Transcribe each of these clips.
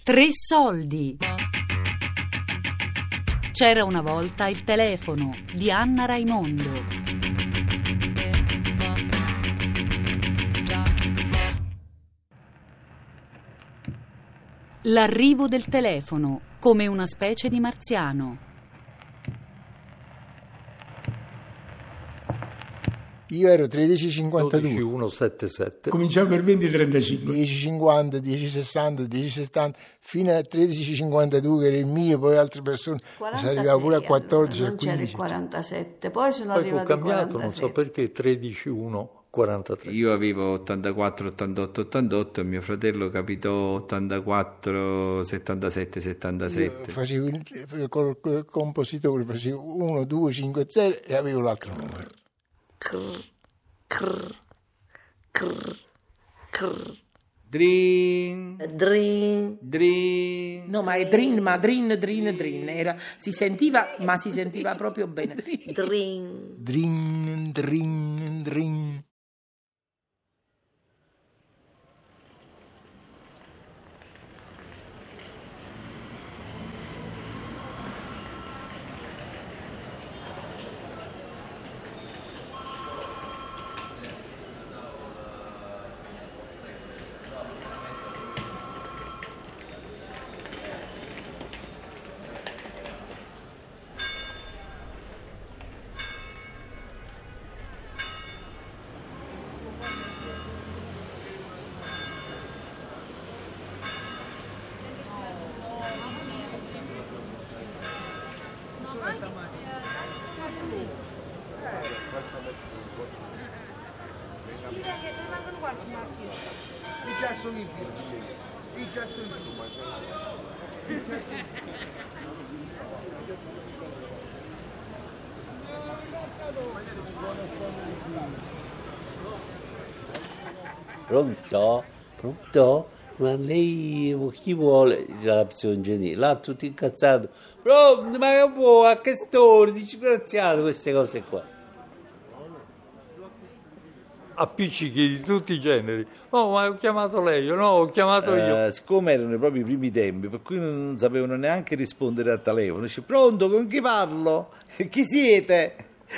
Tre soldi. C'era una volta il telefono di Anna Raimondo. L'arrivo del telefono, come una specie di marziano. Io ero 13,52. 1,77. Cominciavo per 20,35. 10,50, 10,60, 10,70, fino a 13,52 che era il mio, poi altre persone. Si arrivava pure a 14, non a c'era 15. il 47, poi sono Poi fu arrivati i cambiato, 47. non so perché, 13,1,43. Io avevo 84, 88, 88 e mio fratello capitò 84, 77, 77. Io facevo col compositore, facevo 1, 2, 5, 0 e avevo l'altro numero. Drin, Drin. drin. No, ma è drin, ma drin. Si sentiva, ma si sentiva proprio bene. Drin. Drin, drin, drin. Pronto? Pronto? Ma lei chi vuole? Dice la psiongenì. Là tutto incazzato. Pronto? Ma che vuoi? A che storia? Disgraziato queste cose qua. Appiccichi di tutti i generi. Oh, ma ho chiamato lei, no, ho chiamato io. Siccome erano proprio i primi tempi, per cui non sapevano neanche rispondere al telefono, dice: pronto, con chi parlo? Chi siete?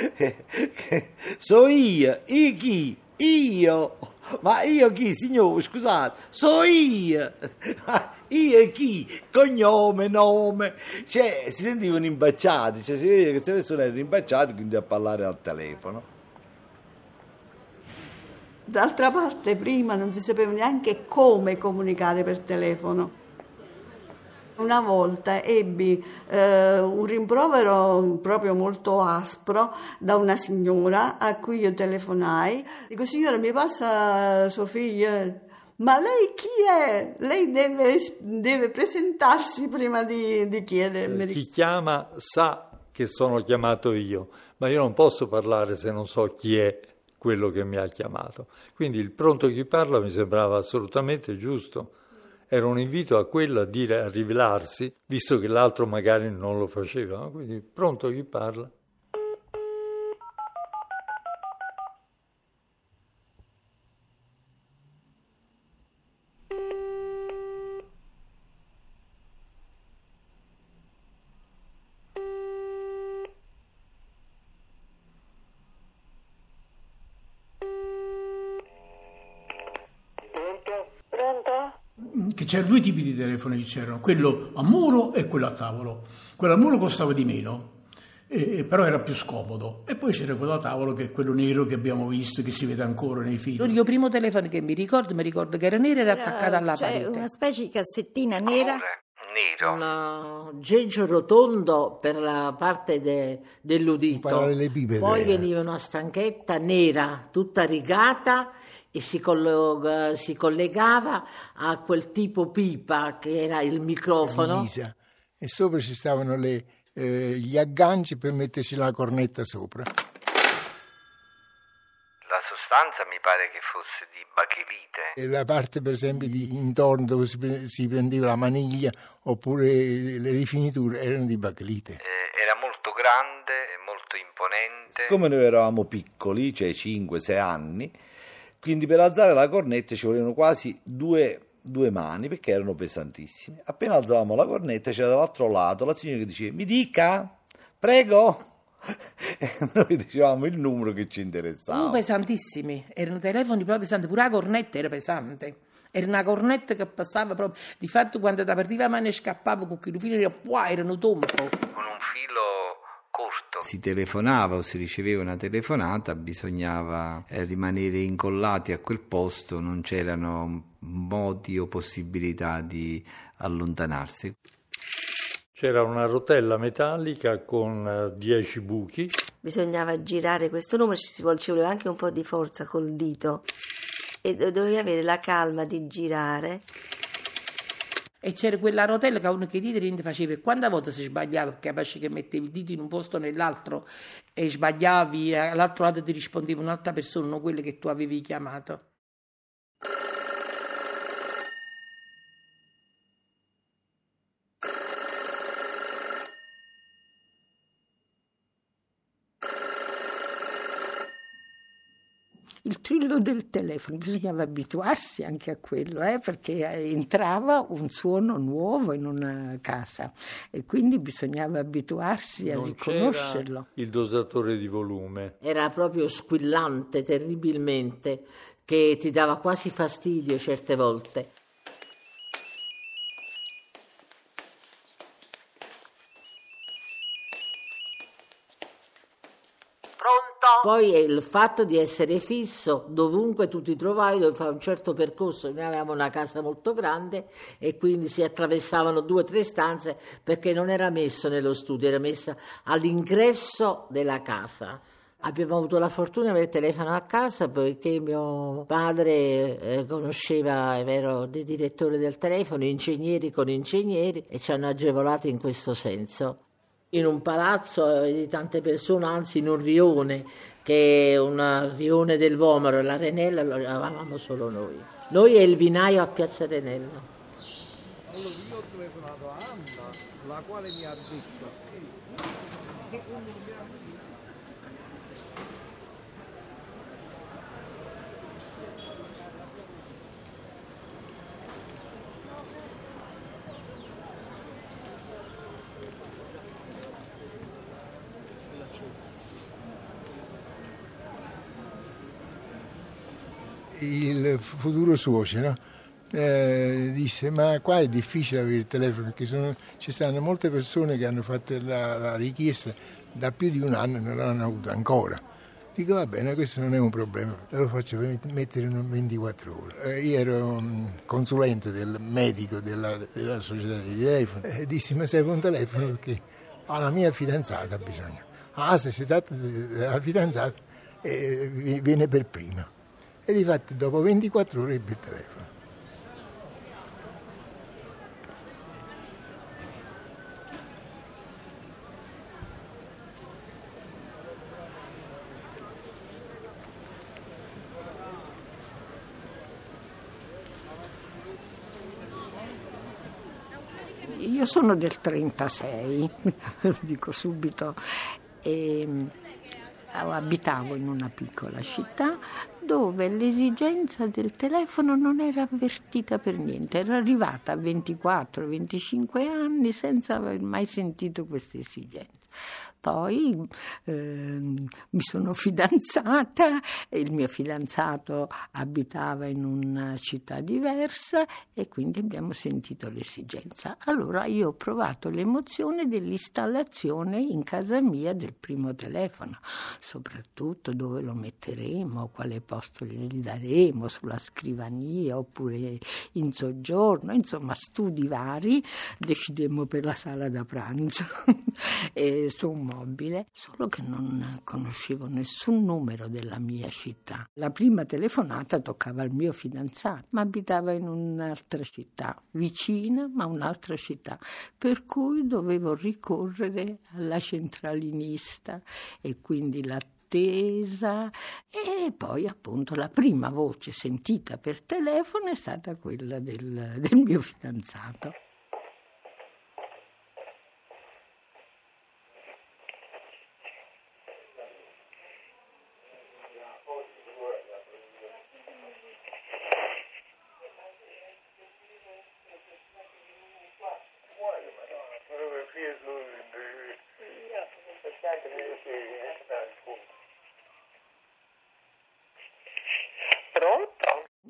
So io chi? Io? Ma io chi, signore? Scusate, so io. Io chi? Cognome, nome. Cioè, si sentivano imbacciati, cioè si vede che queste persone erano imbacciate, quindi a parlare al telefono. D'altra parte prima non si sapeva neanche come comunicare per telefono. Una volta ebbi un rimprovero proprio molto aspro da una signora a cui io telefonai. Dico: signora, mi passa sua figlia? Ma lei chi è? Lei deve presentarsi prima di chiedermi. Chi chiama sa che sono chiamato io, ma io non posso parlare se non so chi è quello che mi ha chiamato. Quindi il pronto chi parla mi sembrava assolutamente giusto. Era un invito a quello a dire, a rivelarsi, visto che l'altro magari non lo faceva, no? Quindi pronto chi parla. Che c'erano due tipi di telefoni, c'erano quello a muro e quello a tavolo. Quello a muro costava di meno, però era più scomodo. E poi c'era quello a tavolo, che è quello nero che abbiamo visto, che si vede ancora nei film. Il mio primo telefono che mi ricordo che era nero, era attaccato alla parete. Una specie di cassettina nera. Nero. Un aggeggio rotondo per la parte dell'udito. Poi veniva una stanchetta nera, tutta rigata, e si collegava a quel tipo pipa che era il microfono. E sopra ci stavano gli agganci per metterci la cornetta sopra. La sostanza mi pare che fosse di bachelite. E la parte, per esempio, di intorno dove si prendeva la maniglia oppure le rifiniture erano di bachelite. Era molto grande e molto imponente. Siccome noi eravamo piccoli, cioè 5-6 anni, quindi per alzare la cornetta ci volevano quasi 2 2 mani perché erano pesantissimi. Appena alzavamo la cornetta c'era dall'altro lato la signora che diceva: mi dica, prego. E noi dicevamo il numero che ci interessava. Pesantissimi, erano telefoni proprio pesanti, pure la cornetta era pesante. Era una cornetta che passava proprio, di fatto quando da partiva la mano e scappava con quel filo erano tonfo. Con un filo corto. Si telefonava o si riceveva una telefonata, bisognava rimanere incollati a quel posto, non c'erano modi o possibilità di allontanarsi. C'era una rotella metallica con 10 buchi. Bisognava girare questo numero, ci voleva anche un po' di forza col dito e dovevi avere la calma di girare. E c'era quella rotella che uno che i diti faceva, e quante volte si sbagliava, perché capace che mettevi il dito in un posto o nell'altro e sbagliavi, all'altro lato ti rispondeva un'altra persona, non quella che tu avevi chiamato. Il trillo del telefono, bisognava abituarsi anche a quello, perché entrava un suono nuovo in una casa e quindi bisognava abituarsi a riconoscerlo. C'era il dosatore di volume. Era proprio squillante terribilmente, che ti dava quasi fastidio certe volte. Poi il fatto di essere fisso, dovunque tu ti trovavi, dovevi fare un certo percorso. Noi avevamo una casa molto grande e quindi si attraversavano 2 o 3 stanze perché non era messo nello studio, era messa all'ingresso della casa. Abbiamo avuto la fortuna di avere il telefono a casa poiché mio padre conosceva, era dei direttori del telefono, ingegneri con ingegneri, e ci hanno agevolati in questo senso. In un palazzo di tante persone, anzi in un rione, che è un rione del Vomero, e l'Arenella lo avevamo solo noi. Noi e il vinaio a Piazza Arenella. Allora io ho telefonato a Anna, la quale mi ha detto il futuro suocero disse: ma qua è difficile avere il telefono perché ci stanno molte persone che hanno fatto la richiesta da più di 1 anno e non l'hanno avuto ancora. Dico: va bene, questo non è un problema, lo faccio mettere in 24 ore. Io ero consulente del medico della società di telefono e dissi: ma serve un telefono perché alla mia fidanzata bisogna. Se si tratta della fidanzata viene per prima. E difatti dopo 24 ore ebbe il telefono. Io sono del 36, lo dico subito, e abitavo in una piccola città dove l'esigenza del telefono non era avvertita per niente. Ero arrivata a 24-25 anni senza aver mai sentito questa esigenza. Poi mi sono fidanzata e il mio fidanzato abitava in una città diversa e quindi abbiamo sentito l'esigenza. Allora io ho provato l'emozione dell'installazione in casa mia del primo telefono, soprattutto dove lo metteremo, quale posto gli daremo, sulla scrivania oppure in soggiorno, insomma studi vari, decidemmo per la sala da pranzo e su un mobile, solo che non conoscevo nessun numero della mia città. La prima telefonata toccava al mio fidanzato, ma abitava in un'altra città, vicina ma un'altra città, per cui dovevo ricorrere alla centralinista e quindi l'attesa, e poi appunto la prima voce sentita per telefono è stata quella del mio fidanzato.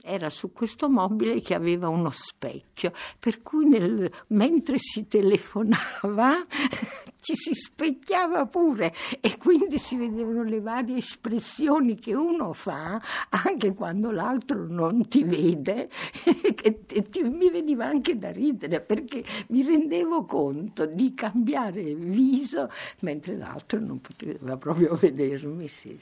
Era su questo mobile che aveva uno specchio, per cui mentre si telefonava ci si specchiava pure e quindi si vedevano le varie espressioni che uno fa anche quando l'altro non ti vede e mi veniva anche da ridere perché mi rendevo conto di cambiare viso mentre l'altro non poteva proprio vedermi, sì.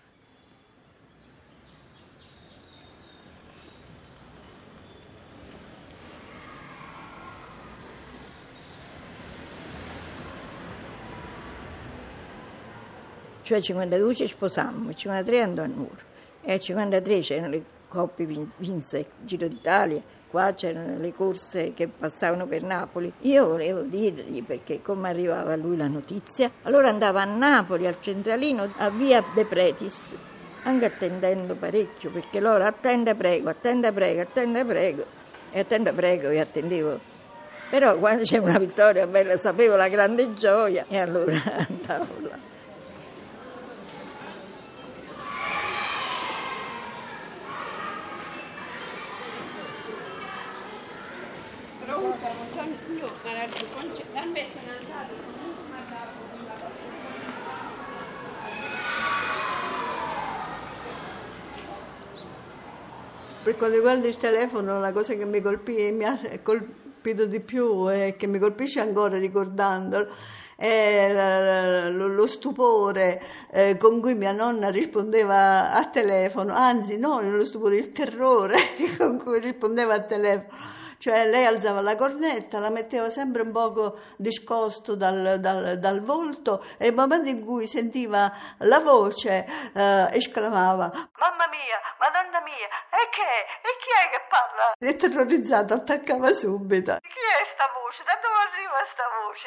Cioè 52 ci sposammo, il 53 andò a Nuoro e il 53 c'erano le coppe vinse il Giro d'Italia, qua c'erano le corse che passavano per Napoli. Io volevo dirgli perché come arrivava a lui la notizia, allora andava a Napoli al centralino a via De Pretis, anche attendendo parecchio perché loro attenda prego e attendevo. Però quando c'è una vittoria bella sapevo la grande gioia e allora andavo là. Buongiorno signor, a me sono andato Per quanto riguarda il telefono, la cosa che mi ha colpito di più e che mi colpisce ancora ricordandolo è lo stupore con cui mia nonna rispondeva a telefono, anzi non lo stupore, il terrore con cui rispondeva a telefono. Cioè lei alzava la cornetta, la metteva sempre un poco discosto dal volto e nel momento in cui sentiva la voce esclamava «Mamma mia, Madonna mia, e chi è che parla?» E terrorizzata attaccava subito. «Chi è sta voce? Da dove arriva sta voce?»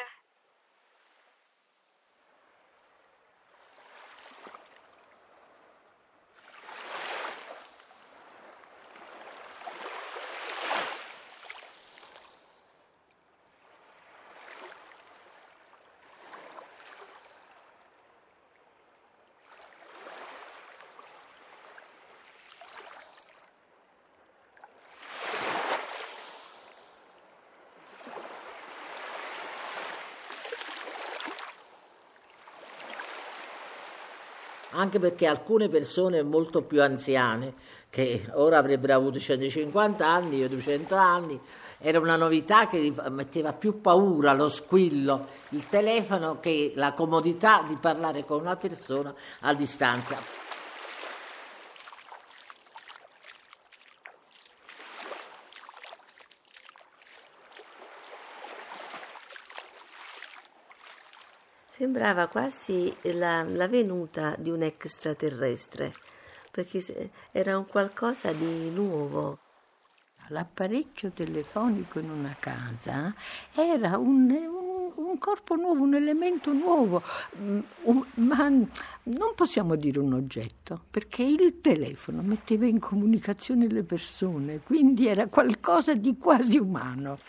Anche perché alcune persone molto più anziane, che ora avrebbero avuto 150 anni, io 200 anni, era una novità che metteva più paura lo squillo, il telefono, che la comodità di parlare con una persona a distanza. Sembrava quasi la venuta di un extraterrestre, perché era un qualcosa di nuovo. L'apparecchio telefonico in una casa era un corpo nuovo, un elemento nuovo, ma non possiamo dire un oggetto, perché il telefono metteva in comunicazione le persone, quindi era qualcosa di quasi umano.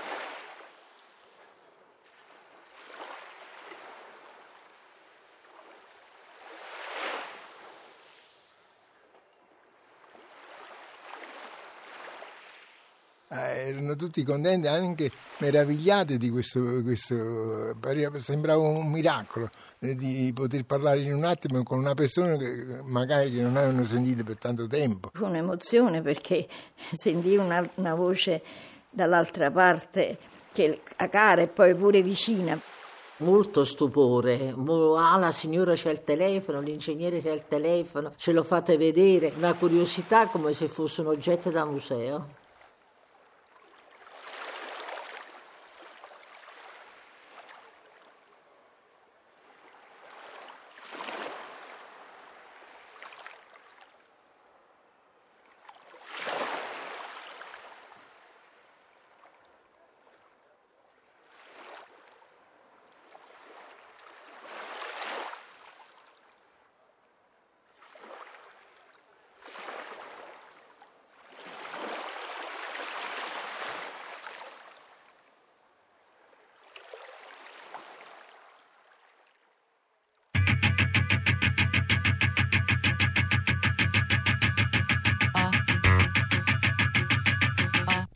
Erano tutti contenti, anche meravigliati di questo sembrava un miracolo di poter parlare in un attimo con una persona che magari non avevano sentito per tanto tempo. Fu un'emozione perché sentire una voce dall'altra parte che cara e poi pure vicina. Molto stupore, la signora c'è il telefono, l'ingegnere c'è il telefono, ce lo fate vedere, una curiosità come se fosse un oggetto da museo.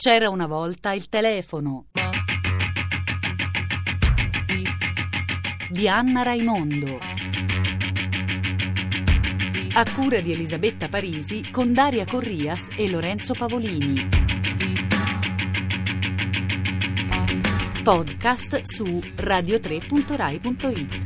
C'era una volta il telefono di Anna Raimondo, a cura di Elisabetta Parisi con Daria Corrias e Lorenzo Pavolini. Podcast su radio3.rai.it.